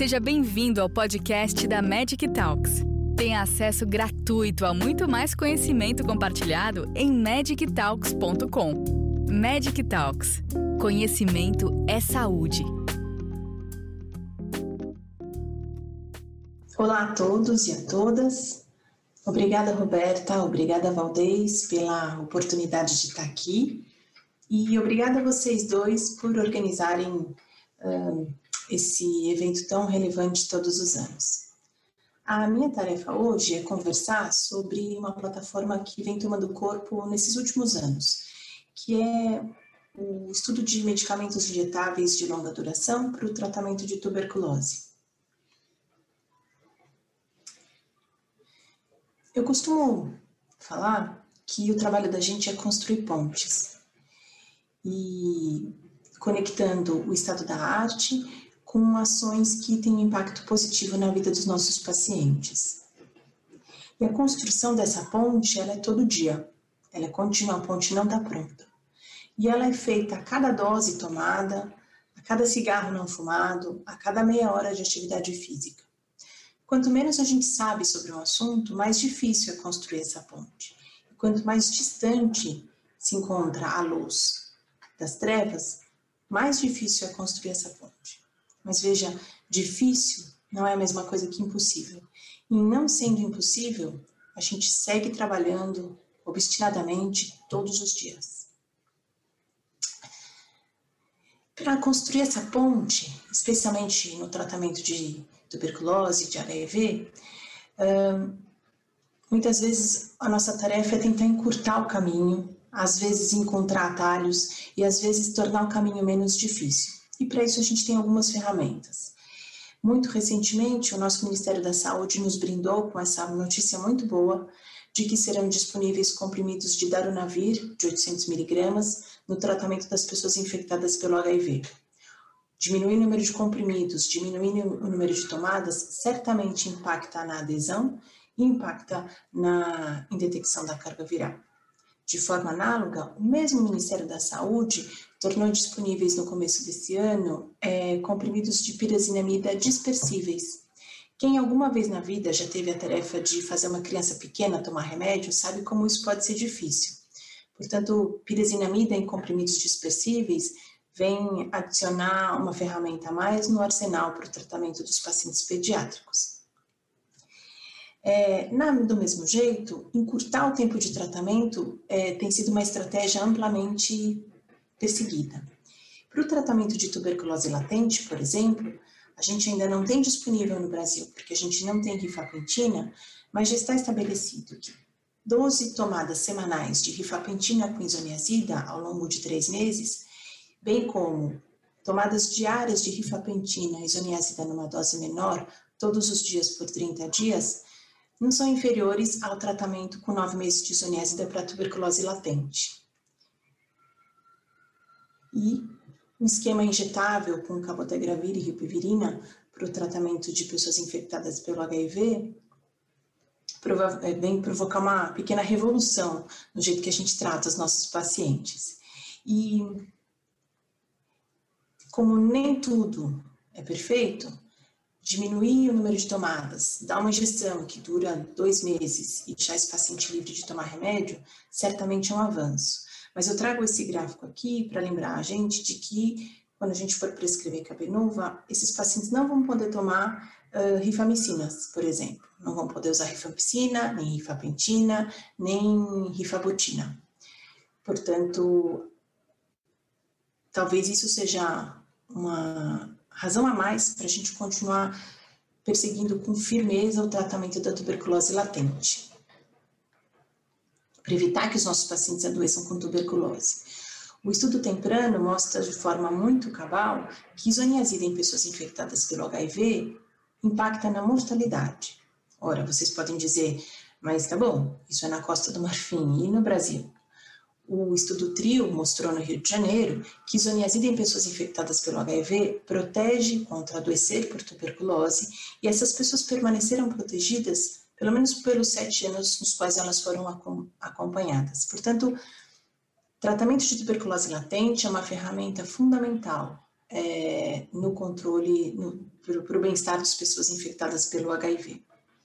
Seja bem-vindo ao podcast da Magic Talks. Tenha acesso gratuito a muito mais conhecimento compartilhado em magictalks.com. Magic Talks. Conhecimento é saúde. Olá a todos e a todas. Obrigada, Roberta. Obrigada, Valdez, pela oportunidade de estar aqui. E obrigada a vocês dois por organizarem esse evento tão relevante todos os anos. A minha tarefa hoje é conversar sobre uma plataforma que vem tomando corpo nesses últimos anos, que é o estudo de medicamentos injetáveis de longa duração para o tratamento de tuberculose. Eu costumo falar que o trabalho da gente é construir pontes e conectando o estado da arte com ações que têm um impacto positivo na vida dos nossos pacientes. E a construção dessa ponte, ela é todo dia, ela é contínua, a ponte não está pronta. E ela é feita a cada dose tomada, a cada cigarro não fumado, a cada meia hora de atividade física. Quanto menos a gente sabe sobre um assunto, mais difícil é construir essa ponte. E quanto mais distante se encontra a luz das trevas, mais difícil é construir essa ponte. Mas veja, difícil não é a mesma coisa que impossível. E não sendo impossível, a gente segue trabalhando obstinadamente todos os dias. Para construir essa ponte, especialmente no tratamento de tuberculose, de HIV, muitas vezes a nossa tarefa é tentar encurtar o caminho, às vezes encontrar atalhos e às vezes tornar o caminho menos difícil. E para isso a gente tem algumas ferramentas. Muito recentemente, o nosso Ministério da Saúde nos brindou com essa notícia muito boa de que serão disponíveis comprimidos de darunavir, de 800 miligramas, no tratamento das pessoas infectadas pelo HIV. Diminuir o número de comprimidos, diminuir o número de tomadas, certamente impacta na adesão e impacta em detecção da carga viral. De forma análoga, o mesmo Ministério da Saúde tornou disponíveis no começo desse ano comprimidos de pirazinamida dispersíveis. Quem alguma vez na vida já teve a tarefa de fazer uma criança pequena tomar remédio sabe como isso pode ser difícil. Portanto, pirazinamida em comprimidos dispersíveis vem adicionar uma ferramenta a mais no arsenal para o tratamento dos pacientes pediátricos. Do mesmo jeito, encurtar o tempo de tratamento tem sido uma estratégia amplamente perseguida. Para o tratamento de tuberculose latente, por exemplo, a gente ainda não tem disponível no Brasil, porque a gente não tem rifapentina, mas já está estabelecido que 12 tomadas semanais de rifapentina com isoniazida ao longo de 3 meses, bem como tomadas diárias de rifapentina e isoniazida numa dose menor, todos os dias por 30 dias, não são inferiores ao tratamento com 9 meses de isoniazida para tuberculose latente. E um esquema injetável com cabotegravir e ribavirin para o tratamento de pessoas infectadas pelo HIV vem provocar uma pequena revolução no jeito que a gente trata os nossos pacientes. E como nem tudo é perfeito, diminuir o número de tomadas, dar uma injeção que dura 2 meses e deixar esse paciente livre de tomar remédio, certamente é um avanço. Mas eu trago esse gráfico aqui para lembrar a gente de que, quando a gente for prescrever Cabenuva, esses pacientes não vão poder tomar rifamicinas, por exemplo. Não vão poder usar rifampicina, nem rifapentina, nem rifabutina. Portanto, talvez isso seja uma razão a mais para a gente continuar perseguindo com firmeza o tratamento da tuberculose latente, para evitar que os nossos pacientes adoeçam com tuberculose. O estudo temprano mostra de forma muito cabal que isoniazida em pessoas infectadas pelo HIV impacta na mortalidade. Ora, vocês podem dizer, mas tá bom, isso é na Costa do Marfim e no Brasil. O estudo TRIO mostrou no Rio de Janeiro que isoniazida em pessoas infectadas pelo HIV protege contra adoecer por tuberculose e essas pessoas permaneceram protegidas pelo menos pelos 7 anos nos quais elas foram acompanhadas. Portanto, tratamento de tuberculose latente é uma ferramenta fundamental no controle, para o bem-estar das pessoas infectadas pelo HIV.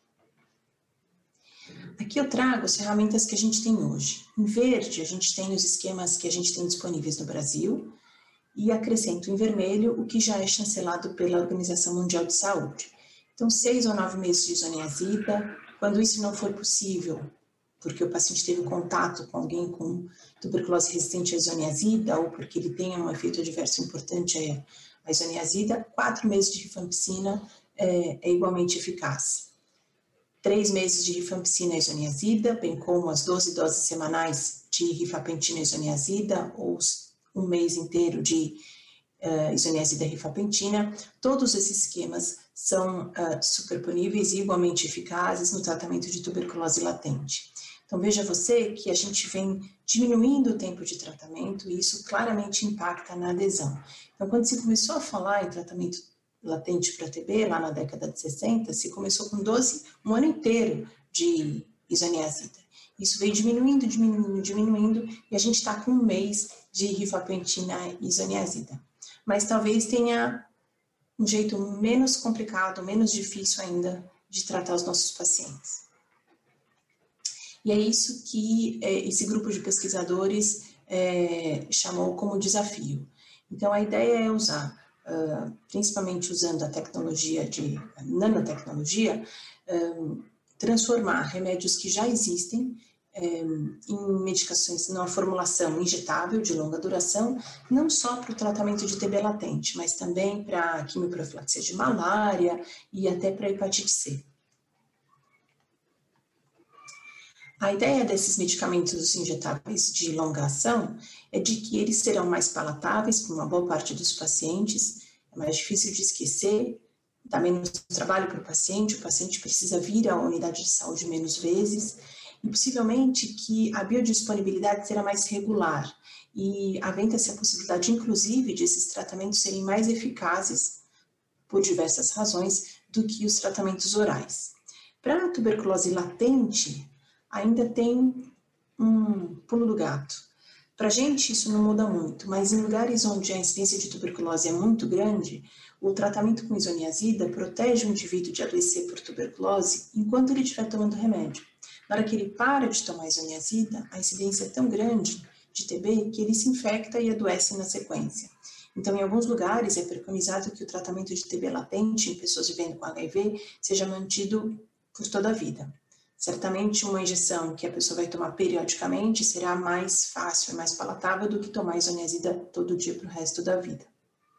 Aqui eu trago as ferramentas que a gente tem hoje. Em verde, a gente tem os esquemas que a gente tem disponíveis no Brasil, e acrescento em vermelho o que já é chancelado pela Organização Mundial de Saúde. Então, 6 ou 9 meses de isoniazida. Quando isso não for possível, porque o paciente teve contato com alguém com tuberculose resistente à isoniazida, ou porque ele tenha um efeito adverso importante à isoniazida, 4 meses de rifampicina é igualmente eficaz. 3 meses de rifampicina à isoniazida, bem como as 12 doses semanais de rifapentina à isoniazida, ou 1 mês inteiro de isoniazida rifapentina, todos esses esquemas são superponíveis e igualmente eficazes no tratamento de tuberculose latente. Então, veja você que a gente vem diminuindo o tempo de tratamento e isso claramente impacta na adesão. Então, quando se começou a falar em tratamento latente para TB, lá na década de 60, se começou com 1 ano inteiro de isoniazida. Isso veio diminuindo, e a gente está com 1 mês de rifapentina e isoniazida. Mas talvez tenha um jeito menos complicado, menos difícil ainda de tratar os nossos pacientes. E é isso que esse grupo de pesquisadores chamou como desafio. Então, a ideia é usar, principalmente usando a tecnologia de nanotecnologia, transformar remédios que já existem em medicações, numa formulação injetável de longa duração, não só para o tratamento de TB latente, mas também para quimioprofilaxia de malária e até para hepatite C. A ideia desses medicamentos injetáveis de longa ação é de que eles serão mais palatáveis para uma boa parte dos pacientes, é mais difícil de esquecer, dá menos trabalho para o paciente precisa vir à unidade de saúde menos vezes, e possivelmente que a biodisponibilidade será mais regular, e aventa-se a possibilidade, inclusive, de esses tratamentos serem mais eficazes, por diversas razões, do que os tratamentos orais. Para a tuberculose latente, ainda tem um pulo do gato. Para a gente isso não muda muito, mas em lugares onde a incidência de tuberculose é muito grande, o tratamento com isoniazida protege o indivíduo de adoecer por tuberculose enquanto ele estiver tomando remédio. Na hora que ele para de tomar isoniazida, a incidência é tão grande de TB que ele se infecta e adoece na sequência. Então, em alguns lugares é preconizado que o tratamento de TB latente em pessoas vivendo com HIV seja mantido por toda a vida. Certamente, uma injeção que a pessoa vai tomar periodicamente será mais fácil e mais palatável do que tomar isoniazida todo dia para o resto da vida.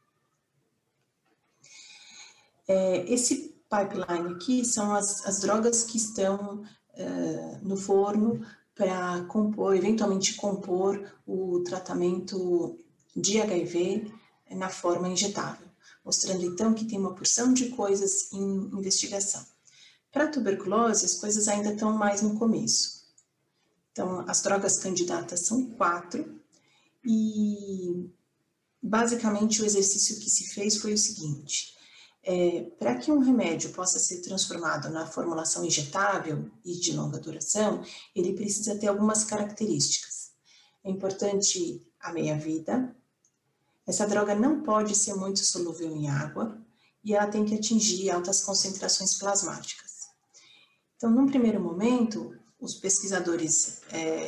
Esse pipeline aqui são as drogas que estão no forno para eventualmente compor o tratamento de HIV na forma injetável, mostrando então que tem uma porção de coisas em investigação. Para a tuberculose, as coisas ainda estão mais no começo. Então, as drogas candidatas são 4 e, basicamente, o exercício que se fez foi o seguinte: para que um remédio possa ser transformado na formulação injetável e de longa duração, ele precisa ter algumas características. É importante a meia-vida, essa droga não pode ser muito solúvel em água e ela tem que atingir altas concentrações plasmáticas. Então, num primeiro momento, os pesquisadores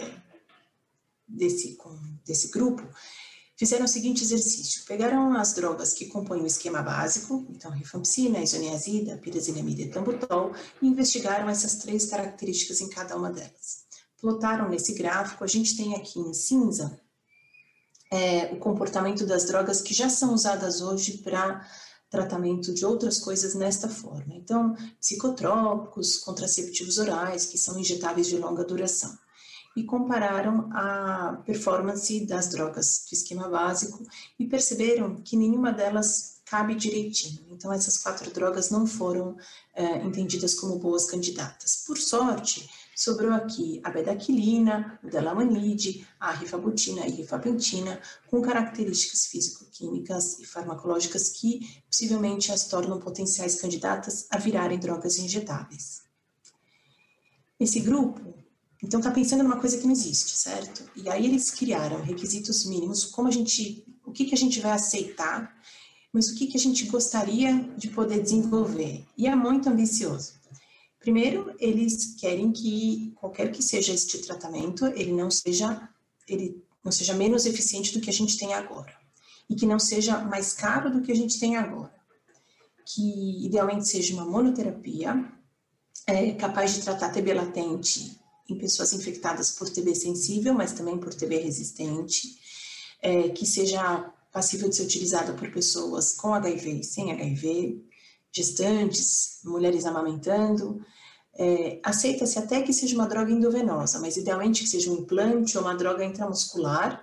desse grupo fizeram o seguinte exercício: pegaram as drogas que compõem o esquema básico, então rifampicina, isoniazida, pirazinamida e tambutol, e investigaram essas 3 características em cada uma delas. Plotaram nesse gráfico, a gente tem aqui em cinza o comportamento das drogas que já são usadas hoje para tratamento de outras coisas nesta forma. Então, psicotrópicos, contraceptivos orais, que são injetáveis de longa duração. E compararam a performance das drogas do esquema básico e perceberam que nenhuma delas cabe direitinho. Então, essas 4 drogas não foram entendidas como boas candidatas. Por sorte, sobrou aqui a bedaquilina, o delamanide, a rifabutina e rifapentina, com características físico-químicas e farmacológicas que possivelmente as tornam potenciais candidatas a virarem drogas injetáveis. Esse grupo, então, está pensando numa coisa que não existe, certo? E aí eles criaram requisitos mínimos, o que a gente vai aceitar mas o que a gente gostaria de poder desenvolver? E é muito ambicioso. Primeiro, eles querem que, qualquer que seja este tratamento, ele não seja menos eficiente do que a gente tem agora. E que não seja mais caro do que a gente tem agora. Que, idealmente, seja uma monoterapia, capaz de tratar TB latente em pessoas infectadas por TB sensível, mas também por TB resistente, que seja passível de ser utilizada por pessoas com HIV e sem HIV, gestantes, mulheres amamentando. Aceita-se até que seja uma droga endovenosa, mas idealmente que seja um implante ou uma droga intramuscular,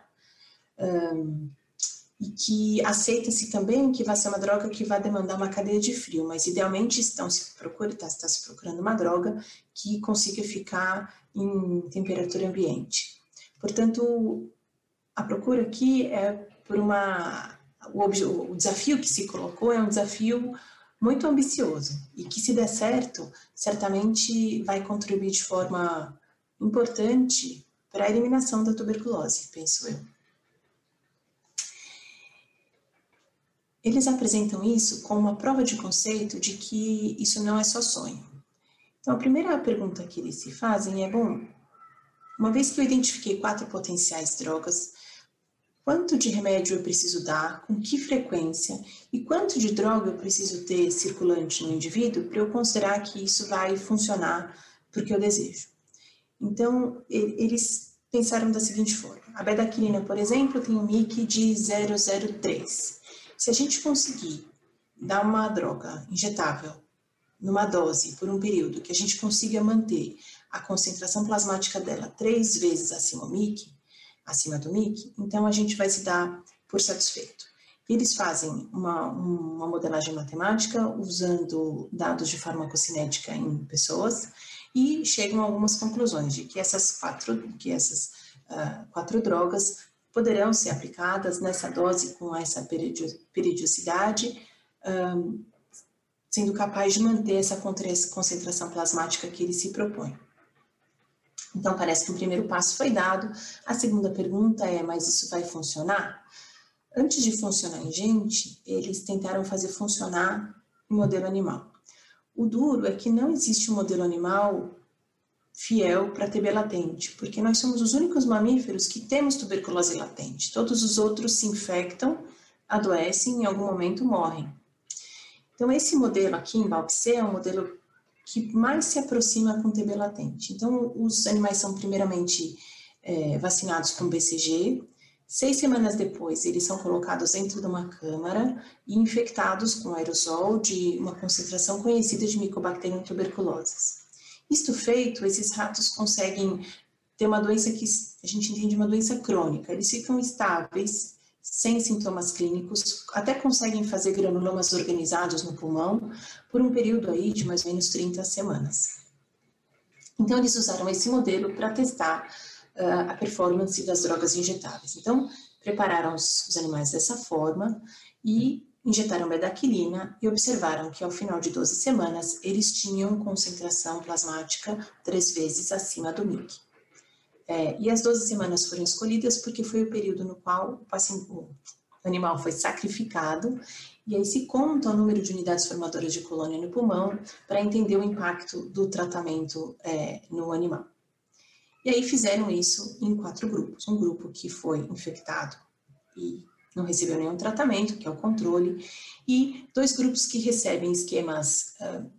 e que aceita-se também que vai ser uma droga que vai demandar uma cadeia de frio, mas idealmente está se procurando uma droga que consiga ficar em temperatura ambiente. Portanto, a procura aqui é por o desafio que se colocou é um desafio muito ambicioso e que, se der certo, certamente vai contribuir de forma importante para a eliminação da tuberculose, penso eu. Eles apresentam isso como uma prova de conceito de que isso não é só sonho. Então, a primeira pergunta que eles se fazem é, uma vez que eu identifiquei 4 potenciais drogas, quanto de remédio eu preciso dar, com que frequência e quanto de droga eu preciso ter circulante no indivíduo para eu considerar que isso vai funcionar porque eu desejo. Então, eles pensaram da seguinte forma. A bedaquilina, por exemplo, tem um MIC de 0,03. Se a gente conseguir dar uma droga injetável numa dose por um período que a gente consiga manter a concentração plasmática dela 3 vezes acima do MIC, então a gente vai se dar por satisfeito. Eles fazem uma modelagem matemática usando dados de farmacocinética em pessoas e chegam a algumas conclusões de que essas quatro drogas poderão ser aplicadas nessa dose com essa periodicidade, sendo capaz de manter essa concentração plasmática que ele se propõe. Então, parece que o primeiro passo foi dado. A segunda pergunta é, mas isso vai funcionar? Antes de funcionar em gente, eles tentaram fazer funcionar em modelo animal. O duro é que não existe um modelo animal fiel para TB latente, porque nós somos os únicos mamíferos que temos tuberculose latente. Todos os outros se infectam, adoecem e em algum momento morrem. Então, esse modelo aqui em BALB/C é um modelo que mais se aproxima com TB latente. Então, os animais são primeiramente vacinados com BCG, 6 semanas depois eles são colocados dentro de uma câmara e infectados com aerosol de uma concentração conhecida de Mycobacterium tuberculosis. Isto feito, esses ratos conseguem ter uma doença que a gente entende uma doença crônica. Eles ficam estáveis, sem sintomas clínicos, até conseguem fazer granulomas organizados no pulmão por um período aí de mais ou menos 30 semanas. Então, eles usaram esse modelo para testar a performance das drogas injetáveis. Então, prepararam os animais dessa forma e injetaram bedaquilina e observaram que ao final de 12 semanas eles tinham concentração plasmática 3 vezes acima do MIC. E as 12 semanas foram escolhidas porque foi o período no qual o animal foi sacrificado e aí se conta o número de unidades formadoras de colônia no pulmão para entender o impacto do tratamento no animal. E aí fizeram isso em 4 grupos. Um grupo que foi infectado e não recebeu nenhum tratamento, que é o controle, e 2 grupos que recebem esquemas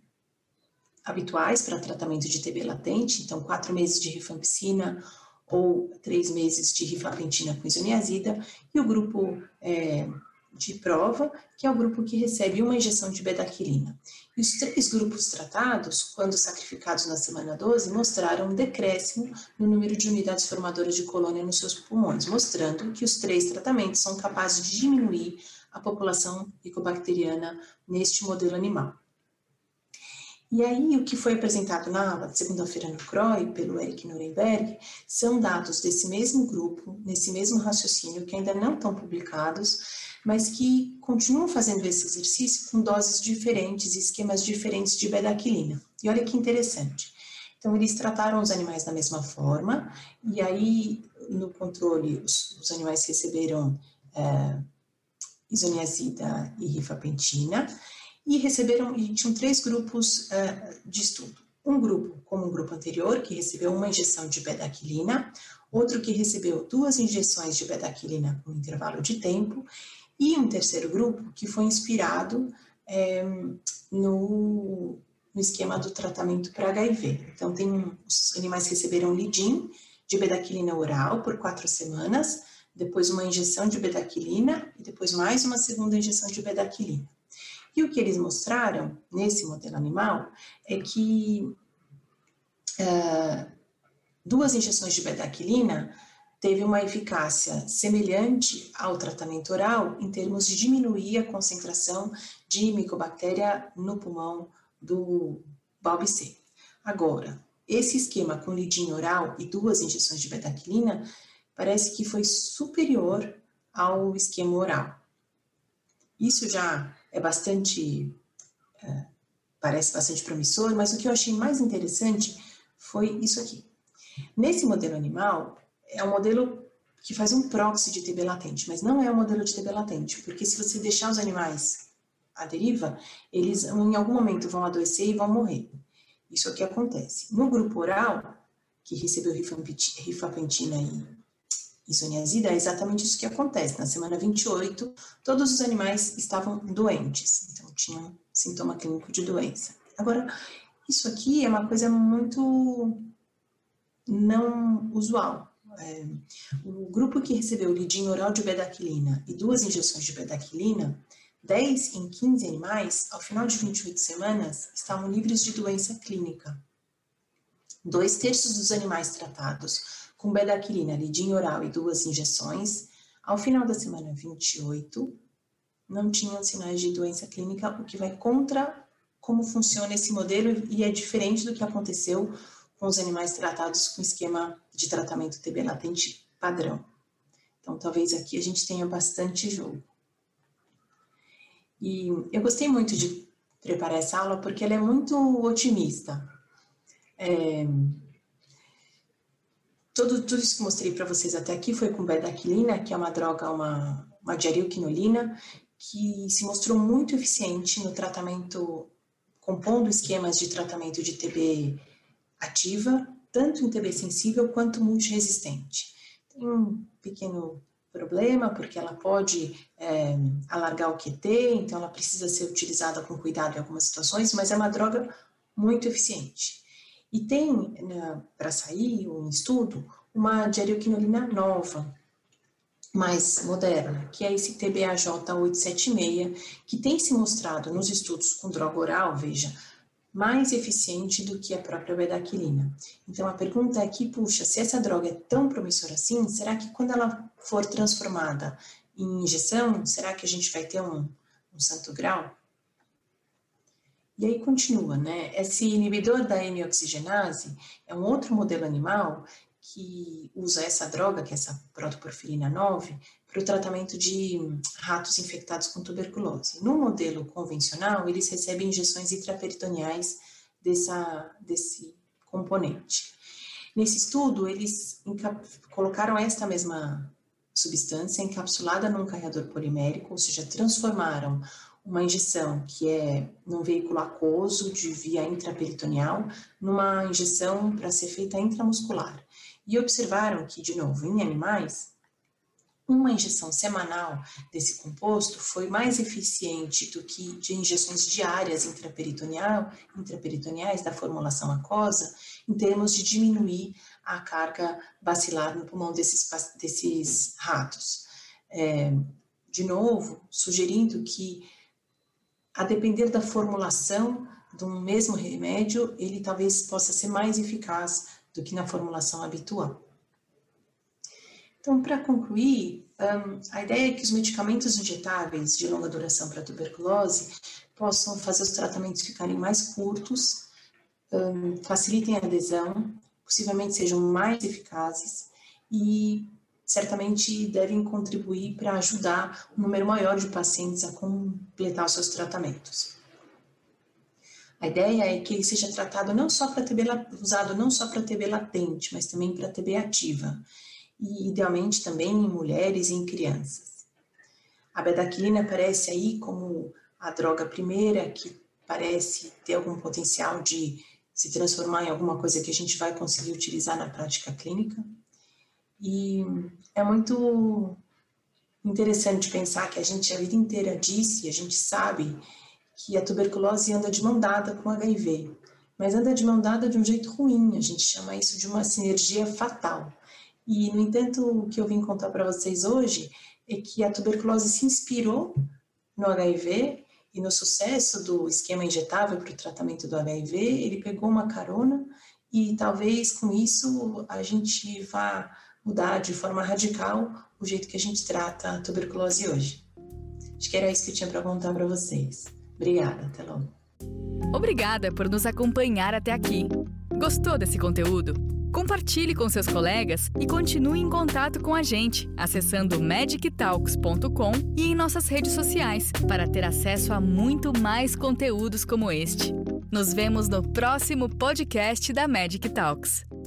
habituais para tratamento de TB latente, então 4 meses de rifampicina ou 3 meses de rifaplentina com isoniazida, e o grupo de prova, que é o grupo que recebe uma injeção de bedaquilina. E os 3 grupos tratados, quando sacrificados na semana 12, mostraram um decréscimo no número de unidades formadoras de colônia nos seus pulmões, mostrando que os 3 tratamentos são capazes de diminuir a população micobacteriana neste modelo animal. E aí, o que foi apresentado na segunda-feira no CROI, pelo Eric Nuremberg, são dados desse mesmo grupo, nesse mesmo raciocínio, que ainda não estão publicados, mas que continuam fazendo esse exercício com doses diferentes e esquemas diferentes de bedaquilina. E olha que interessante. Então, eles trataram os animais da mesma forma, e aí, no controle, os animais receberam isoniazida e rifampicina, e tinham 3 grupos de estudo. Um grupo, como o grupo anterior, que recebeu uma injeção de bedaquilina, outro que recebeu 2 injeções de bedaquilina com intervalo de tempo, e um terceiro grupo que foi inspirado no esquema do tratamento para HIV. Então, os animais receberam lidin de bedaquilina oral por 4 semanas, depois uma injeção de bedaquilina e depois mais uma segunda injeção de bedaquilina. E o que eles mostraram nesse modelo animal é que 2 injeções de bedaquilina teve uma eficácia semelhante ao tratamento oral em termos de diminuir a concentração de micobactéria no pulmão do BALB/C. Agora, esse esquema com lidin oral e 2 injeções de bedaquilina parece que foi superior ao esquema oral. Isso já é parece bastante promissor, mas o que eu achei mais interessante foi isso aqui. Nesse modelo animal, é um modelo que faz um proxy de TB latente, mas não é um modelo de TB latente, porque se você deixar os animais à deriva, eles em algum momento vão adoecer e vão morrer. Isso é o que acontece. No grupo oral, que recebeu rifampicina e isoniazida, é exatamente isso que acontece. Na semana 28, todos os animais estavam doentes, então tinham sintoma clínico de doença. Agora, isso aqui é uma coisa muito não usual. O grupo que recebeu lidin oral de bedaquilina e 2 injeções de bedaquilina, 10 em 15 animais, ao final de 28 semanas, estavam livres de doença clínica. 2/3 dos animais tratados com bedaquilina, lidin oral e 2 injeções, ao final da semana 28, não tinham sinais de doença clínica, o que vai contra como funciona esse modelo e é diferente do que aconteceu com os animais tratados com esquema de tratamento TB latente padrão. Então, talvez aqui a gente tenha bastante jogo. E eu gostei muito de preparar essa aula porque ela é muito otimista. Tudo isso que mostrei para vocês até aqui foi com bedaquilina, que é uma droga, uma diarilquinolina, que se mostrou muito eficiente no tratamento, compondo esquemas de tratamento de TB ativa, tanto em TB sensível quanto multiresistente. Tem um pequeno problema, porque ela pode alargar o QT, então ela precisa ser utilizada com cuidado em algumas situações, mas é uma droga muito eficiente. E tem, para sair um estudo, uma diarilquinolina nova, mais moderna, que é esse TBAJ876, que tem se mostrado nos estudos com droga oral, veja, mais eficiente do que a própria bedaquilina. Então a pergunta é que, puxa, se essa droga é tão promissora assim, será que quando ela for transformada em injeção, será que a gente vai ter um santo grau? E aí continua, né? Esse inibidor da hemioxigenase é um outro modelo animal que usa essa droga, que é essa protoporfirina 9, para o tratamento de ratos infectados com tuberculose. No modelo convencional, eles recebem injeções intraperitoneais desse componente. Nesse estudo, eles colocaram esta mesma substância encapsulada num carreador polimérico, ou seja, transformaram uma injeção que é num veículo aquoso de via intraperitoneal, numa injeção para ser feita intramuscular. E observaram que, de novo, em animais, uma injeção semanal desse composto foi mais eficiente do que de injeções diárias intraperitoneais da formulação aquosa, em termos de diminuir a carga bacilar no pulmão desses ratos. De novo, sugerindo que, a depender da formulação de um mesmo remédio, ele talvez possa ser mais eficaz do que na formulação habitual. Então, para concluir, a ideia é que os medicamentos injetáveis de longa duração para tuberculose possam fazer os tratamentos ficarem mais curtos, facilitem a adesão, possivelmente sejam mais eficazes e certamente devem contribuir para ajudar um número maior de pacientes a completar os seus tratamentos. A ideia é que ele seja tratado usado não só para TB latente, mas também para TB ativa, e idealmente também em mulheres e em crianças. A bedaquilina aparece aí como a droga primeira que parece ter algum potencial de se transformar em alguma coisa que a gente vai conseguir utilizar na prática clínica. E é muito interessante pensar que a gente a vida inteira disse, a gente sabe que a tuberculose anda de mão dada com HIV, mas anda de mão dada de um jeito ruim, a gente chama isso de uma sinergia fatal. E, no entanto, o que eu vim contar para vocês hoje é que a tuberculose se inspirou no HIV e no sucesso do esquema injetável para o tratamento do HIV, ele pegou uma carona e talvez com isso a gente vá mudar de forma radical o jeito que a gente trata a tuberculose hoje. Acho que era isso que eu tinha para contar para vocês. Obrigada, até logo. Obrigada por nos acompanhar até aqui. Gostou desse conteúdo? Compartilhe com seus colegas e continue em contato com a gente, acessando medictalks.com e em nossas redes sociais, para ter acesso a muito mais conteúdos como este. Nos vemos no próximo podcast da Medic Talks.